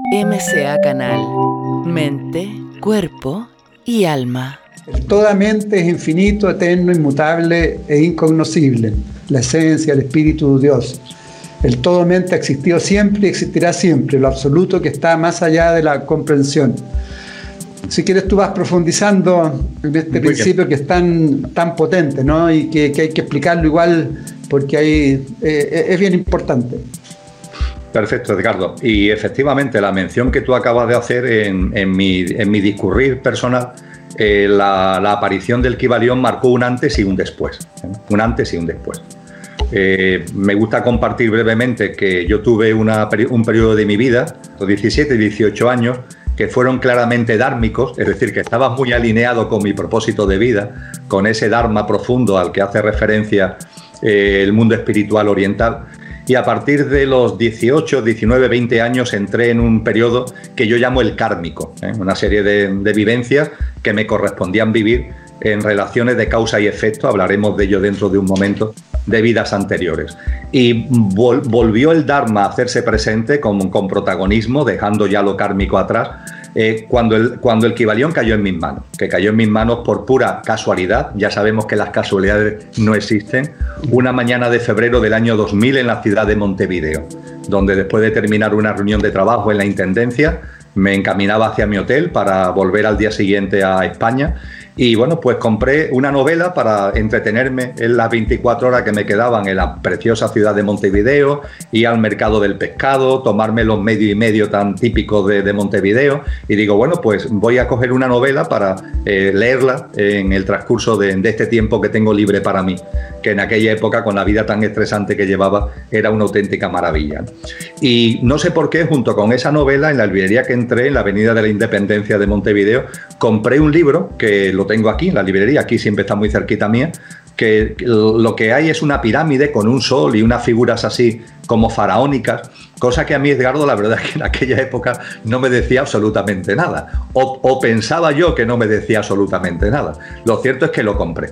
MCA Canal, mente, cuerpo y alma. El toda mente es infinito, eterno, inmutable e incognoscible, la esencia, el espíritu de Dios. El todo mente ha existido siempre y existirá siempre, lo absoluto que está más allá de la comprensión. Si quieres, tú vas profundizando en este principio que es tan potente, ¿no? Y que hay que explicarlo igual porque es bien importante. Perfecto, Edgardo. Y efectivamente, la mención que tú acabas de hacer en mi discurrir personal, la aparición del Kybalión marcó un antes y un después. Un antes y un después. Me gusta compartir brevemente que yo tuve un periodo de mi vida, los 17 y 18 años, que fueron claramente dármicos, es decir, que estaba muy alineado con mi propósito de vida, con ese dharma profundo al que hace referencia el mundo espiritual oriental. Y a partir de los 18, 19, 20 años entré en un periodo que yo llamo el kármico, una serie de vivencias que me correspondían vivir en relaciones de causa y efecto, hablaremos de ello dentro de un momento, de vidas anteriores. Y volvió el Dharma a hacerse presente con protagonismo, dejando ya lo kármico atrás, cuando el Kybalión cayó en mis manos, que cayó en mis manos por pura casualidad. Ya sabemos que las casualidades no existen. Una mañana de febrero del año 2000 en la ciudad de Montevideo, donde después de terminar una reunión de trabajo en la Intendencia, me encaminaba hacia mi hotel para volver al día siguiente a España. Y bueno, pues compré una novela para entretenerme en las 24 horas que me quedaban en la preciosa ciudad de Montevideo, ir al mercado del pescado, tomarme los medio y medio tan típicos de Montevideo, y digo, bueno, pues voy a coger una novela para leerla en el transcurso de este tiempo que tengo libre para mí, que en aquella época, con la vida tan estresante que llevaba, era una auténtica maravilla. Y no sé por qué, junto con esa novela, en la librería que entré, en la Avenida de la Independencia de Montevideo, compré un libro que lo tengo aquí en la librería, aquí siempre está muy cerquita mía, que lo que hay es una pirámide con un sol y unas figuras así como faraónicas, cosa que a mí, Edgardo, la verdad es que en aquella época no me decía absolutamente nada, o pensaba yo que no me decía absolutamente nada. Lo cierto es que lo compré,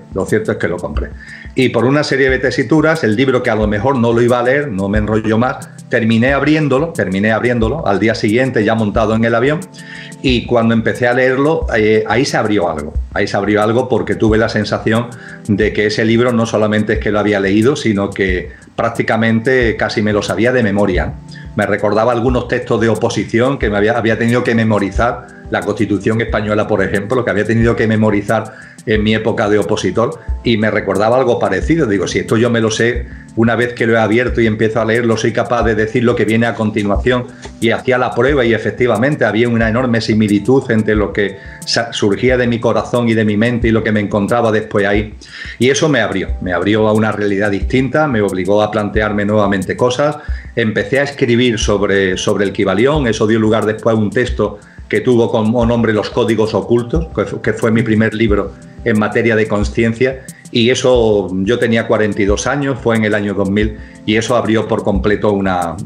y por una serie de tesituras, el libro, que a lo mejor no lo iba a leer, no me enrollo más, terminé abriéndolo al día siguiente, ya montado en el avión. Y cuando empecé a leerlo, ahí se abrió algo porque tuve la sensación de que ese libro no solamente es que lo había leído, sino que prácticamente casi me lo sabía de memoria. Me recordaba algunos textos de oposición que me había tenido que memorizar, la Constitución española, por ejemplo, que había tenido que memorizar en mi época de opositor, y me recordaba algo parecido. Digo, si esto yo me lo sé, una vez que lo he abierto y empiezo a leerlo, soy capaz de decir lo que viene a continuación. Y hacía la prueba y efectivamente había una enorme similitud entre lo que surgía de mi corazón y de mi mente y lo que me encontraba después ahí. Y eso me abrió a una realidad distinta, me obligó a plantearme nuevamente cosas. Empecé a escribir sobre el Kybalión. Eso dio lugar después a un texto que tuvo como nombre Los Códigos Ocultos, que fue mi primer libro en materia de conciencia, y eso, yo tenía 42 años, fue en el año 2000, y eso abrió por completo una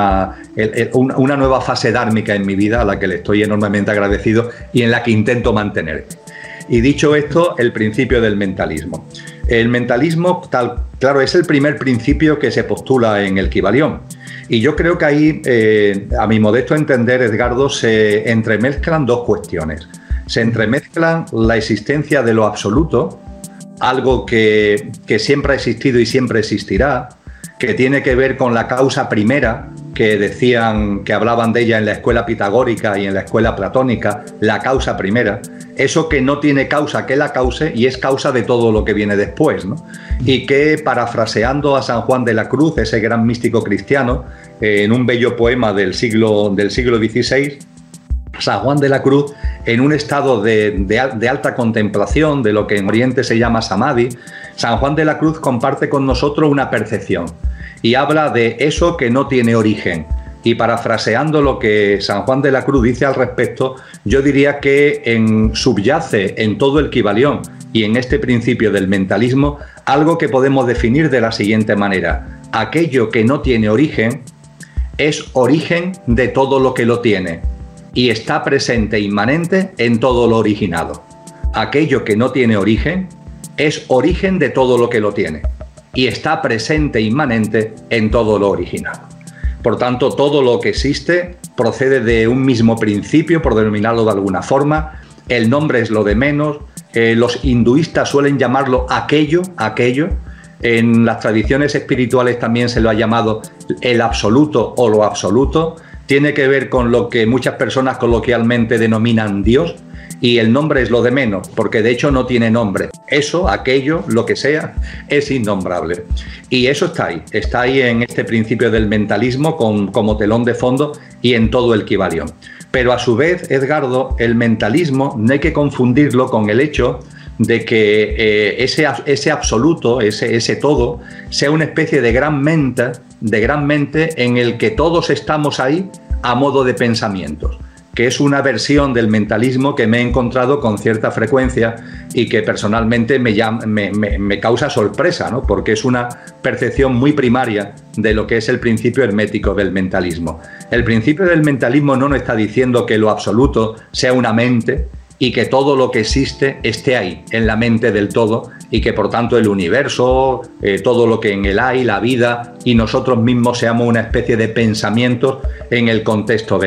nueva fase dármica en mi vida, a la que le estoy enormemente agradecido y en la que intento mantener. Y dicho esto, el principio del mentalismo. El mentalismo, claro, es el primer principio que se postula en el Kybalión. Y yo creo que ahí, a mi modesto entender, Edgardo, se entremezclan dos cuestiones. Se entremezclan la existencia de lo absoluto, algo que siempre ha existido y siempre existirá, que tiene que ver con la causa primera, que hablaban de ella en la escuela pitagórica y en la escuela platónica, la causa primera, eso que no tiene causa que la cause y es causa de todo lo que viene después, ¿no? Y que, parafraseando a San Juan de la Cruz, ese gran místico cristiano, en un bello poema del siglo XVI, San Juan de la Cruz, en un estado de alta contemplación, de lo que en Oriente se llama Samadhi, San Juan de la Cruz comparte con nosotros una percepción y habla de eso que no tiene origen. Y parafraseando lo que San Juan de la Cruz dice al respecto, yo diría que subyace en todo el Kybalión y en este principio del mentalismo algo que podemos definir de la siguiente manera: aquello que no tiene origen es origen de todo lo que lo tiene y está presente, inmanente en todo lo originado. Aquello que no tiene origen es origen de todo lo que lo tiene y está presente, inmanente en todo lo originado. Por tanto, todo lo que existe procede de un mismo principio, por denominarlo de alguna forma. El nombre es lo de menos. Los hinduistas suelen llamarlo aquello. En las tradiciones espirituales también se lo ha llamado el absoluto o lo absoluto. Tiene que ver con lo que muchas personas coloquialmente denominan Dios, y el nombre es lo de menos, porque de hecho no tiene nombre. Eso, aquello, lo que sea, es innombrable. Y eso está ahí en este principio del mentalismo como telón de fondo y en todo el Kybalión. Pero a su vez, Edgardo, el mentalismo no hay que confundirlo con el hecho de que ese absoluto, ese todo, sea una especie de gran mente en el que todos estamos ahí a modo de pensamientos, que es una versión del mentalismo que me he encontrado con cierta frecuencia y que personalmente me causa sorpresa, ¿no? Porque es una percepción muy primaria de lo que es el principio hermético del mentalismo. El principio del mentalismo no nos está diciendo que lo absoluto sea una mente y que todo lo que existe esté ahí, en la mente del todo, y que por tanto el universo, todo lo que en él hay, la vida y nosotros mismos seamos una especie de pensamientos en el contexto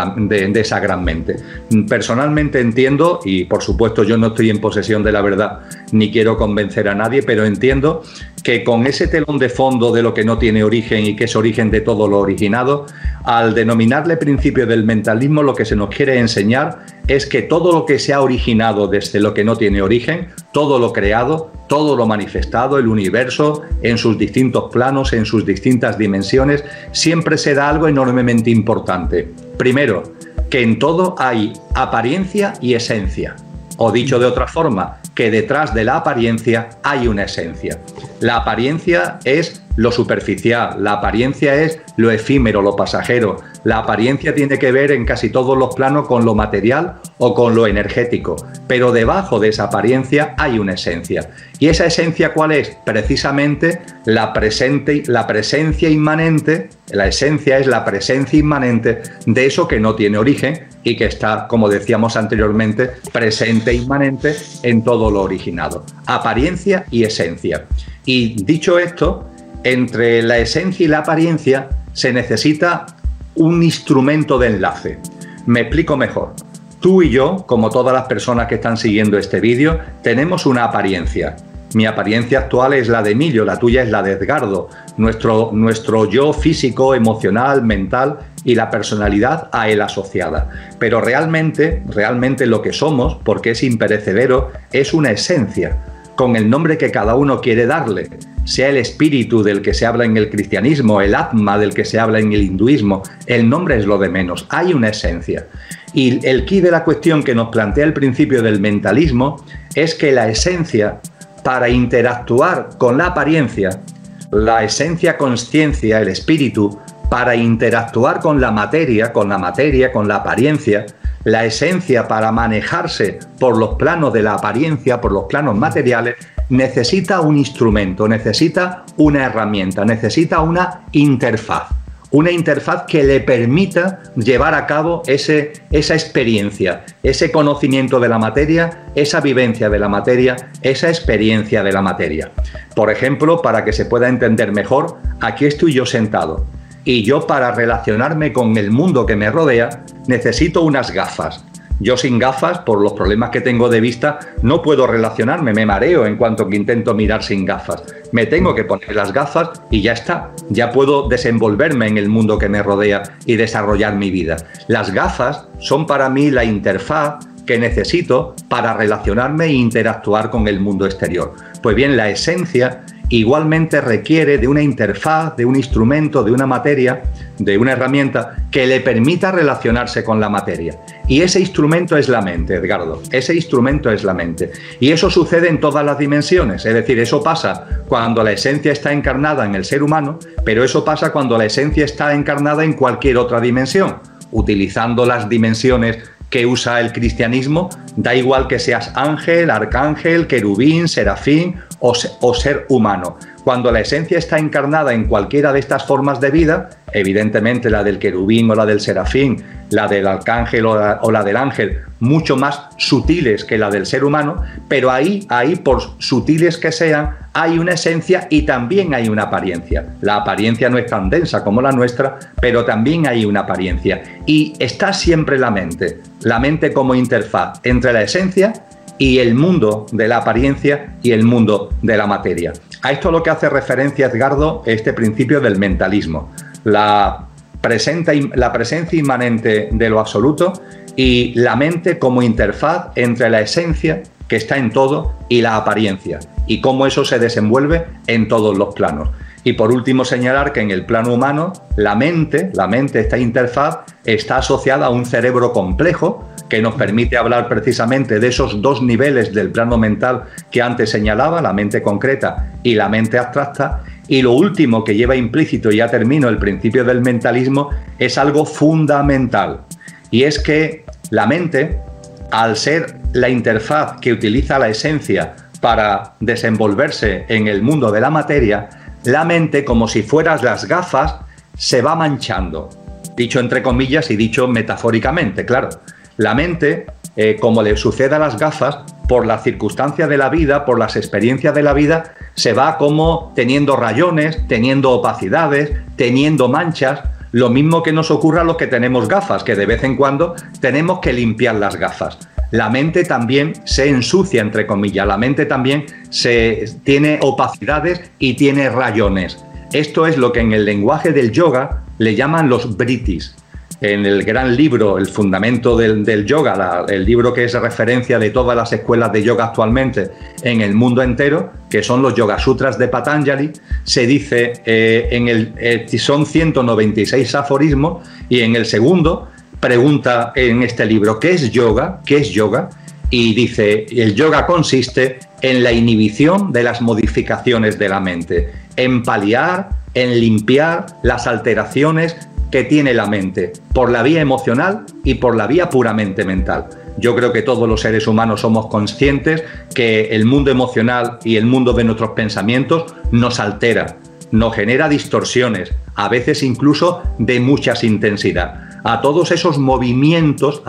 de esa gran mente. Personalmente entiendo, y por supuesto yo no estoy en posesión de la verdad ni quiero convencer a nadie, pero entiendo que con ese telón de fondo de lo que no tiene origen y que es origen de todo lo originado, al denominarle principio del mentalismo, lo que se nos quiere enseñar es que todo lo que se ha originado desde lo que no tiene origen, todo lo creado, todo lo manifestado, el universo en sus distintos planos, en sus distintas dimensiones, siempre será algo enormemente importante. Primero, que en todo hay apariencia y esencia. O dicho de otra forma, que detrás de la apariencia hay una esencia. La apariencia es lo superficial, la apariencia es lo efímero, lo pasajero. La apariencia tiene que ver en casi todos los planos con lo material o con lo energético, pero debajo de esa apariencia hay una esencia. ¿Y esa esencia cuál es? Precisamente la presencia inmanente. La esencia es la presencia inmanente de eso que no tiene origen y que está, como decíamos anteriormente, presente e inmanente en todo lo originado. Apariencia y esencia. Y dicho esto, entre la esencia y la apariencia se necesita un instrumento de enlace. Me explico mejor. Tú y yo, como todas las personas que están siguiendo este vídeo, tenemos una apariencia. Mi apariencia actual es la de Emilio, la tuya es la de Edgardo. Nuestro yo físico, emocional, mental y la personalidad a él asociada. Pero realmente lo que somos, porque es imperecedero, es una esencia, con el nombre que cada uno quiere darle, sea el espíritu del que se habla en el cristianismo, el atma del que se habla en el hinduismo, el nombre es lo de menos, hay una esencia. Y el quid de la cuestión que nos plantea el principio del mentalismo es que la esencia, para interactuar con la apariencia, la esencia consciencia, el espíritu, para interactuar con la materia, con la apariencia, la esencia para manejarse por los planos de la apariencia, por los planos materiales, necesita un instrumento, necesita una herramienta, necesita una interfaz que le permita llevar a cabo esa experiencia, ese conocimiento de la materia, esa vivencia de la materia, esa experiencia de la materia. Por ejemplo, para que se pueda entender mejor, aquí estoy yo sentado y yo, para relacionarme con el mundo que me rodea, necesito unas gafas. Yo sin gafas, por los problemas que tengo de vista, no puedo relacionarme, me mareo en cuanto que intento mirar sin gafas. Me tengo que poner las gafas y ya está, ya puedo desenvolverme en el mundo que me rodea y desarrollar mi vida. Las gafas son para mí la interfaz que necesito para relacionarme e interactuar con el mundo exterior. Pues bien, la esencia igualmente requiere de una interfaz, de un instrumento, de una materia, de una herramienta que le permita relacionarse con la materia. Y ese instrumento es la mente, Edgardo. Ese instrumento es la mente. Y eso sucede en todas las dimensiones. Es decir, eso pasa cuando la esencia está encarnada en el ser humano, pero eso pasa cuando la esencia está encarnada en cualquier otra dimensión. Utilizando las dimensiones que usa el cristianismo, da igual que seas ángel, arcángel, querubín, serafín o ser humano. Cuando la esencia está encarnada en cualquiera de estas formas de vida, evidentemente la del querubín o la del serafín, la del arcángel o la del ángel, mucho más sutiles que la del ser humano, pero ahí, por sutiles que sean, hay una esencia y también hay una apariencia. La apariencia no es tan densa como la nuestra, pero también hay una apariencia. Y está siempre la mente como interfaz entre la esencia y el mundo de la apariencia y el mundo de la materia. A esto lo que hace referencia Edgardo, este principio del mentalismo, la presencia inmanente de lo absoluto y la mente como interfaz entre la esencia que está en todo y la apariencia, y cómo eso se desenvuelve en todos los planos. Y por último señalar que en el plano humano la mente, esta interfaz, está asociada a un cerebro complejo que nos permite hablar precisamente de esos dos niveles del plano mental que antes señalaba, la mente concreta y la mente abstracta. Y lo último que lleva implícito, y ya termino, el principio del mentalismo, es algo fundamental. Y es que la mente, al ser la interfaz que utiliza la esencia para desenvolverse en el mundo de la materia, la mente, como si fueran las gafas, se va manchando. Dicho entre comillas y dicho metafóricamente, claro. La mente, como le sucede a las gafas, por las circunstancias de la vida, por las experiencias de la vida, se va como teniendo rayones, teniendo opacidades, teniendo manchas. Lo mismo que nos ocurre a los que tenemos gafas, que de vez en cuando tenemos que limpiar las gafas. La mente también se ensucia, entre comillas, la mente también tiene opacidades y tiene rayones. Esto es lo que en el lenguaje del yoga le llaman los vrittis. En el gran libro, el fundamento del yoga, el libro que es referencia de todas las escuelas de yoga actualmente en el mundo entero, que son los Yoga Sutras de Patanjali, se dice, son 196 aforismos, y en el segundo pregunta en este libro, ¿qué es yoga? ¿Qué es yoga? Y dice, el yoga consiste en la inhibición de las modificaciones de la mente, en paliar, en limpiar las alteraciones que tiene la mente, por la vía emocional y por la vía puramente mental. Yo creo que todos los seres humanos somos conscientes que el mundo emocional y el mundo de nuestros pensamientos nos altera, nos genera distorsiones, a veces incluso de mucha intensidad. A todos esos movimientos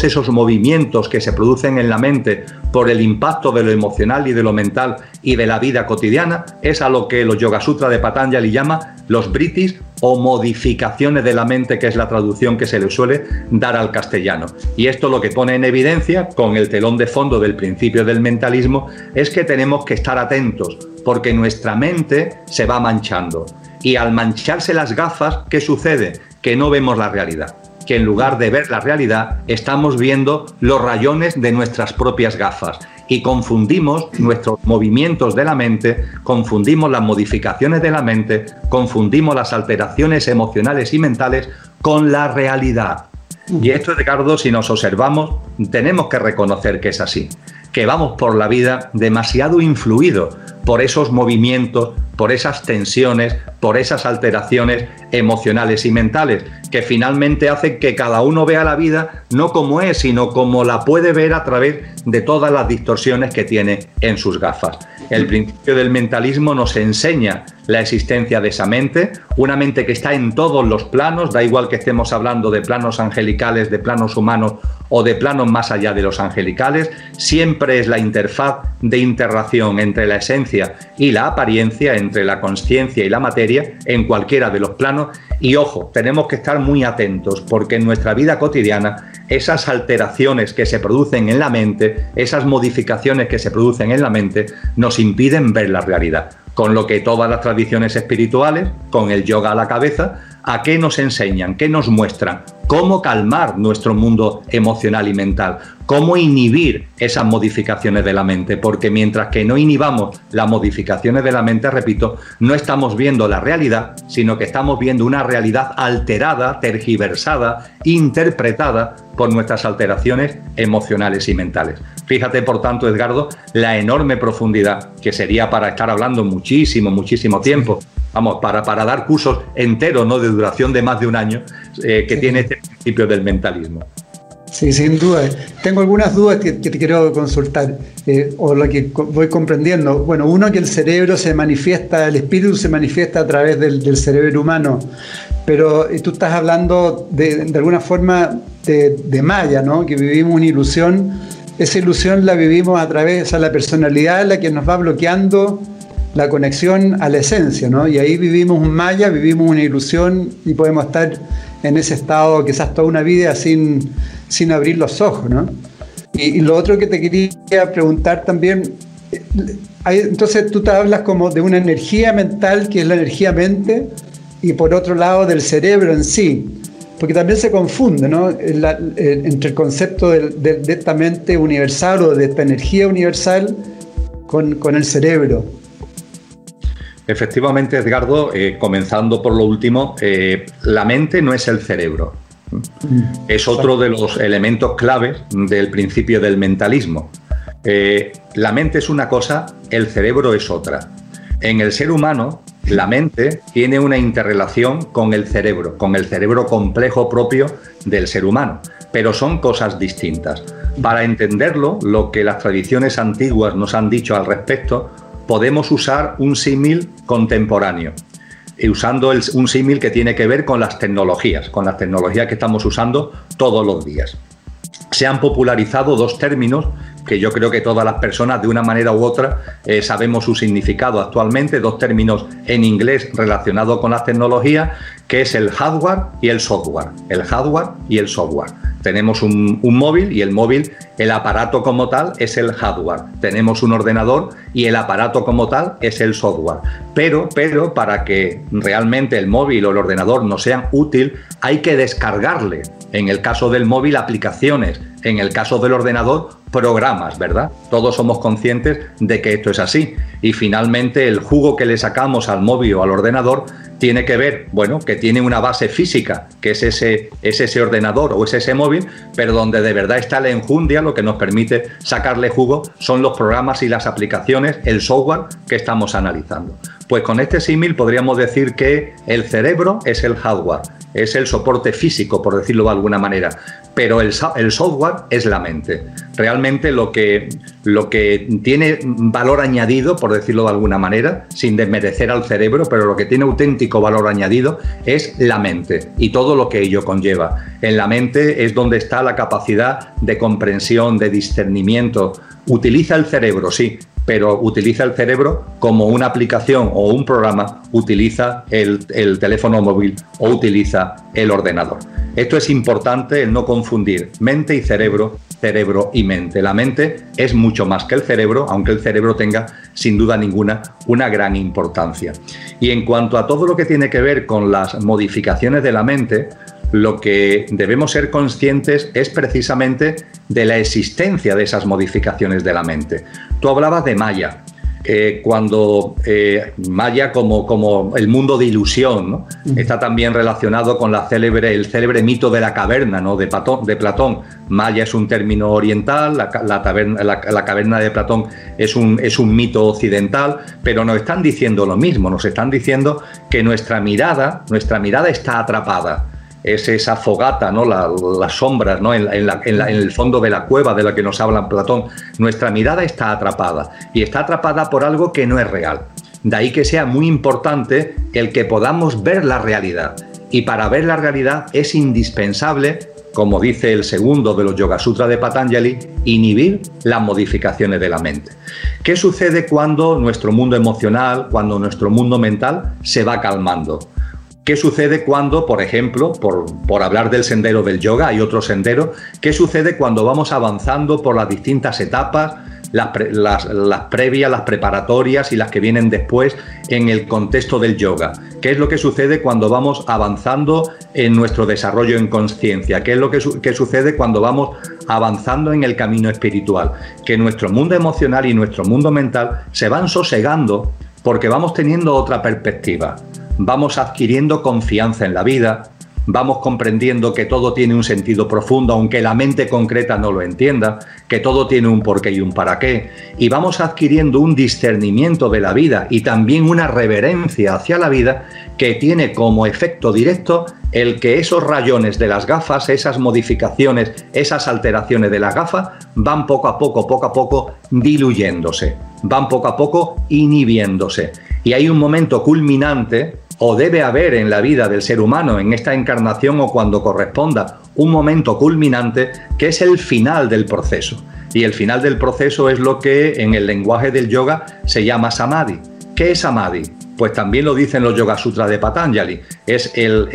que se producen en la mente por el impacto de lo emocional y de lo mental y de la vida cotidiana, es a lo que los Yoga Sutras de Patanjali llama los vrittis o modificaciones de la mente, que es la traducción que se le suele dar al castellano. Y esto lo que pone en evidencia, con el telón de fondo del principio del mentalismo, es que tenemos que estar atentos, porque nuestra mente se va manchando. Y al mancharse las gafas, ¿qué sucede? Que no vemos la realidad. Que en lugar de ver la realidad, estamos viendo los rayones de nuestras propias gafas. Y confundimos nuestros movimientos de la mente, confundimos las modificaciones de la mente, confundimos las alteraciones emocionales y mentales con la realidad. Y esto, Ricardo, si nos observamos, tenemos que reconocer que es así, que vamos por la vida demasiado influidos por esos movimientos, por esas tensiones, por esas alteraciones emocionales y mentales, que finalmente hacen que cada uno vea la vida no como es, sino como la puede ver a través de todas las distorsiones que tiene en sus gafas. El principio del mentalismo nos enseña la existencia de esa mente, una mente que está en todos los planos, da igual que estemos hablando de planos angelicales, de planos humanos o de planos más allá de los angelicales, siempre es la interfaz de interrelación entre la esencia y la apariencia, entre la consciencia y la materia, en cualquiera de los planos. Y ojo, tenemos que estar muy atentos, porque en nuestra vida cotidiana esas alteraciones que se producen en la mente, esas modificaciones que se producen en la mente, nos impiden ver la realidad. Con lo que todas las tradiciones espirituales, con el yoga a la cabeza, ¿a qué nos enseñan? ¿Qué nos muestran? ¿Cómo calmar nuestro mundo emocional y mental? ¿Cómo inhibir esas modificaciones de la mente? Porque mientras que no inhibamos las modificaciones de la mente, repito, no estamos viendo la realidad, sino que estamos viendo una realidad alterada, tergiversada, interpretada por nuestras alteraciones emocionales y mentales. Fíjate, por tanto, Edgardo, la enorme profundidad, que sería para estar hablando muchísimo tiempo, vamos, para dar cursos enteros, ¿no?, de duración de más de un año, que tiene este principio del mentalismo. Sí, sin duda. Tengo algunas dudas que te quiero consultar, o lo que voy comprendiendo. Bueno, uno, que el cerebro se manifiesta, el espíritu se manifiesta a través del cerebro humano, pero tú estás hablando de alguna forma de Maya, ¿no? Que vivimos una ilusión. Esa ilusión la vivimos a través, o sea, la personalidad, la que nos va bloqueando la conexión a la esencia, ¿no? Y ahí vivimos un Maya, vivimos una ilusión y podemos estar en ese estado quizás toda una vida sin abrir los ojos, ¿no? Y lo otro que te quería preguntar también, entonces tú te hablas como de una energía mental, que es la energía mente, y por otro lado del cerebro en sí, porque también se confunde, ¿no? Entre el concepto de esta mente universal o de esta energía universal con el cerebro. Efectivamente, Edgardo, comenzando por lo último, la mente no es el cerebro. Es otro de los elementos claves del principio del mentalismo. La mente es una cosa, el cerebro es otra. En el ser humano, la mente tiene una interrelación con el cerebro complejo propio del ser humano, pero son cosas distintas. Para entenderlo, lo que las tradiciones antiguas nos han dicho al respecto, podemos usar un símil contemporáneo, usando un símil que tiene que ver con las tecnologías que estamos usando todos los días. Se han popularizado dos términos que yo creo que todas las personas, de una manera u otra, sabemos su significado actualmente, dos términos en inglés relacionados con las tecnologías, que es el hardware y el software. El hardware y el software. Tenemos un móvil, y el móvil, el aparato como tal, es el hardware. Tenemos un ordenador y el aparato como tal es el software. Pero para que realmente el móvil o el ordenador nos sean útil, hay que descargarle, en el caso del móvil, aplicaciones, en el caso del ordenador, programas, ¿verdad? Todos somos conscientes de que esto es así. Y finalmente el jugo que le sacamos al móvil o al ordenador tiene que ver, bueno, que tiene una base física, que es ese ordenador o es ese móvil, pero donde de verdad está la enjundia, lo que nos permite sacarle jugo son los programas y las aplicaciones, el software que estamos analizando. Pues con este símil podríamos decir que el cerebro es el hardware, es el soporte físico, por decirlo de alguna manera, pero el software es la mente. Realmente lo que tiene valor añadido, por decirlo de alguna manera, sin desmerecer al cerebro, pero lo que tiene auténtico valor añadido es la mente y todo lo que ello conlleva. En la mente es donde está la capacidad de comprensión, de discernimiento. Utiliza el cerebro, sí, pero utiliza el cerebro como una aplicación o un programa, utiliza el teléfono móvil o utiliza el ordenador. Esto es importante, el no confundir mente y cerebro, cerebro y mente. La mente es mucho más que el cerebro, aunque el cerebro tenga, sin duda ninguna, una gran importancia. Y en cuanto a todo lo que tiene que ver con las modificaciones de la mente, lo que debemos ser conscientes es precisamente de la existencia de esas modificaciones de la mente. Tú hablabas de Maya, cuando Maya como el mundo de ilusión, ¿no? Está también relacionado con el célebre mito de la caverna, ¿no? de Platón. Maya es un término oriental, la caverna de Platón es un mito occidental, pero nos están diciendo lo mismo, nos están diciendo que nuestra mirada está atrapada. Es esa fogata, ¿no? Las sombras, ¿no? en el fondo de la cueva de la que nos habla Platón. Nuestra mirada está atrapada, y está atrapada por algo que no es real. De ahí que sea muy importante el que podamos ver la realidad. Y para ver la realidad es indispensable, como dice el segundo de los Yoga Sutras de Patanjali, inhibir las modificaciones de la mente. ¿Qué sucede cuando nuestro mundo emocional, cuando nuestro mundo mental se va calmando? ¿Qué sucede cuando, por ejemplo, por hablar del sendero del yoga, hay otro sendero? ¿Qué sucede cuando vamos avanzando por las distintas etapas, las previas, las preparatorias y las que vienen después en el contexto del yoga? ¿Qué es lo que sucede cuando vamos avanzando en nuestro desarrollo en conciencia? ¿Qué es lo que sucede cuando vamos avanzando en el camino espiritual? Que nuestro mundo emocional y nuestro mundo mental se van sosegando porque vamos teniendo otra perspectiva. Vamos adquiriendo confianza en la vida, vamos comprendiendo que todo tiene un sentido profundo, aunque la mente concreta no lo entienda, que todo tiene un porqué y un para qué, y vamos adquiriendo un discernimiento de la vida y también una reverencia hacia la vida que tiene como efecto directo el que esos rayones de las gafas, esas modificaciones, esas alteraciones de las gafas van poco a poco diluyéndose, van poco a poco inhibiéndose. Y hay un momento culminante, o debe haber en la vida del ser humano, en esta encarnación o cuando corresponda, un momento culminante que es el final del proceso. Y el final del proceso es lo que en el lenguaje del yoga se llama samadhi. ¿Qué es samadhi? Pues también lo dicen los Yoga Sutras de Patanjali. Es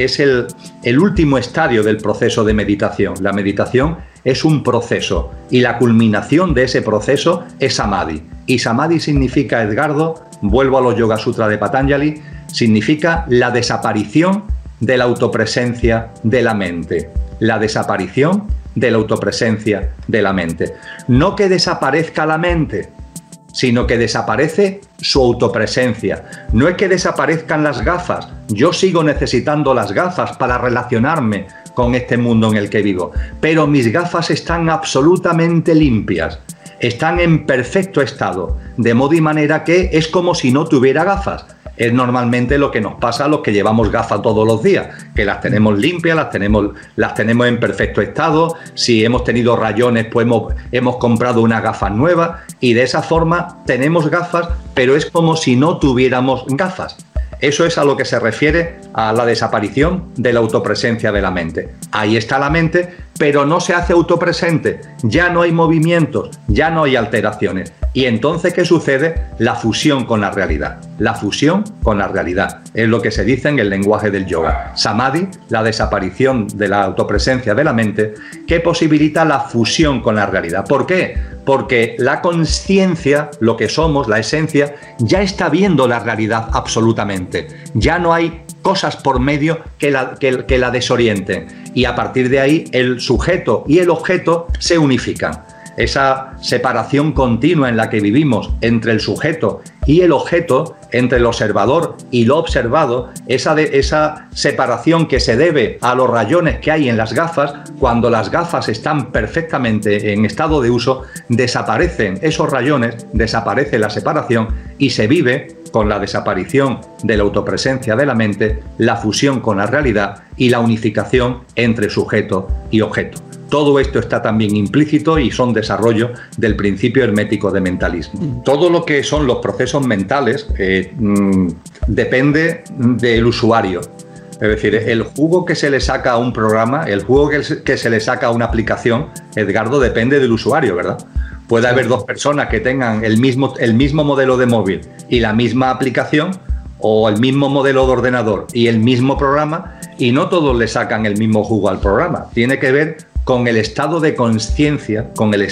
el último estadio del proceso de meditación. La meditación es un proceso y la culminación de ese proceso es samadhi. Y samadhi significa, Edgardo, vuelvo a los Yoga Sutras de Patanjali, significa la desaparición de la autopresencia de la mente. La desaparición de la autopresencia de la mente. No que desaparezca la mente, sino que desaparece su autopresencia. No es que desaparezcan las gafas, yo sigo necesitando las gafas para relacionarme con este mundo en el que vivo, pero mis gafas están absolutamente limpias, están en perfecto estado, de modo y manera que es como si no tuviera gafas. Es normalmente lo que nos pasa a los que llevamos gafas todos los días, que las tenemos limpias, las tenemos en perfecto estado. Si hemos tenido rayones, pues hemos comprado unas gafas nuevas y de esa forma tenemos gafas, pero es como si no tuviéramos gafas. Eso es a lo que se refiere a la desaparición de la autopresencia de la mente. Ahí está la mente, pero no se hace autopresente, ya no hay movimientos, ya no hay alteraciones. Y entonces, ¿qué sucede? La fusión con la realidad. La fusión con la realidad es lo que se dice en el lenguaje del yoga. Samadhi, la desaparición de la autopresencia de la mente, que posibilita la fusión con la realidad. ¿Por qué? Porque la consciencia, lo que somos, la esencia, ya está viendo la realidad absolutamente. Ya no hay cosas por medio que la desorienten. Y a partir de ahí, el sujeto y el objeto se unifican. Esa separación continua en la que vivimos entre el sujeto y el objeto, entre el observador y lo observado, esa separación que se debe a los rayones que hay en las gafas, cuando las gafas están perfectamente en estado de uso, desaparecen esos rayones, desaparece la separación y se vive con la desaparición de la autopresencia de la mente, la fusión con la realidad y la unificación entre sujeto y objeto. Todo esto está también implícito y son desarrollo del principio hermético de mentalismo. Todo lo que son los procesos mentales depende del usuario. Es decir, el jugo que se le saca a un programa, el jugo que se le saca a una aplicación, Edgardo, depende del usuario, ¿verdad? Puede haber dos personas que tengan el mismo modelo de móvil y la misma aplicación, o el mismo modelo de ordenador y el mismo programa, y no todos le sacan el mismo jugo al programa. Tiene que ver con el estado de conciencia,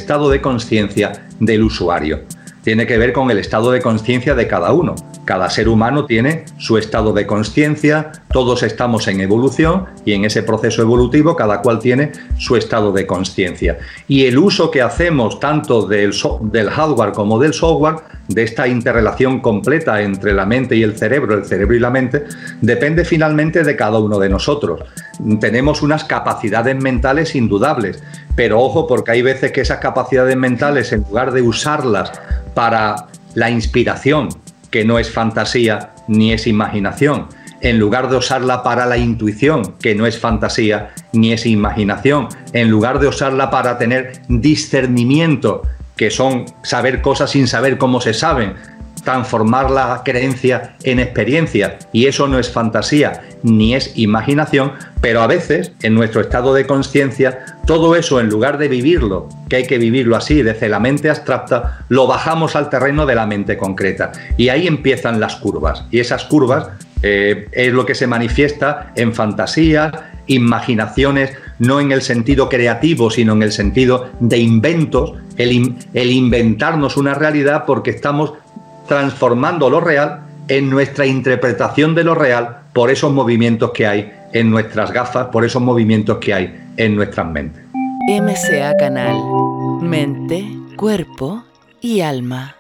del usuario. Tiene que ver con el estado de conciencia de cada uno. Cada ser humano tiene su estado de conciencia, todos estamos en evolución y en ese proceso evolutivo cada cual tiene su estado de conciencia. Y el uso que hacemos tanto del hardware como del software, de esta interrelación completa entre la mente y el cerebro y la mente, depende finalmente de cada uno de nosotros. Tenemos unas capacidades mentales indudables, pero ojo, porque hay veces que esas capacidades mentales, en lugar de usarlas para la inspiración, que no es fantasía ni es imaginación, en lugar de usarla para la intuición, que no es fantasía ni es imaginación, en lugar de usarla para tener discernimiento, que son saber cosas sin saber cómo se saben, transformar la creencia en experiencia, y eso no es fantasía ni es imaginación, pero a veces en nuestro estado de conciencia todo eso, en lugar de vivirlo, que hay que vivirlo así desde la mente abstracta, lo bajamos al terreno de la mente concreta, y ahí empiezan las curvas, y esas curvas es lo que se manifiesta en fantasías, imaginaciones, no en el sentido creativo, sino en el sentido de inventos, el inventarnos una realidad, porque estamos transformando lo real en nuestra interpretación de lo real por esos movimientos que hay en nuestras gafas, por esos movimientos que hay en nuestras mentes. MCA Canal, mente, cuerpo y alma.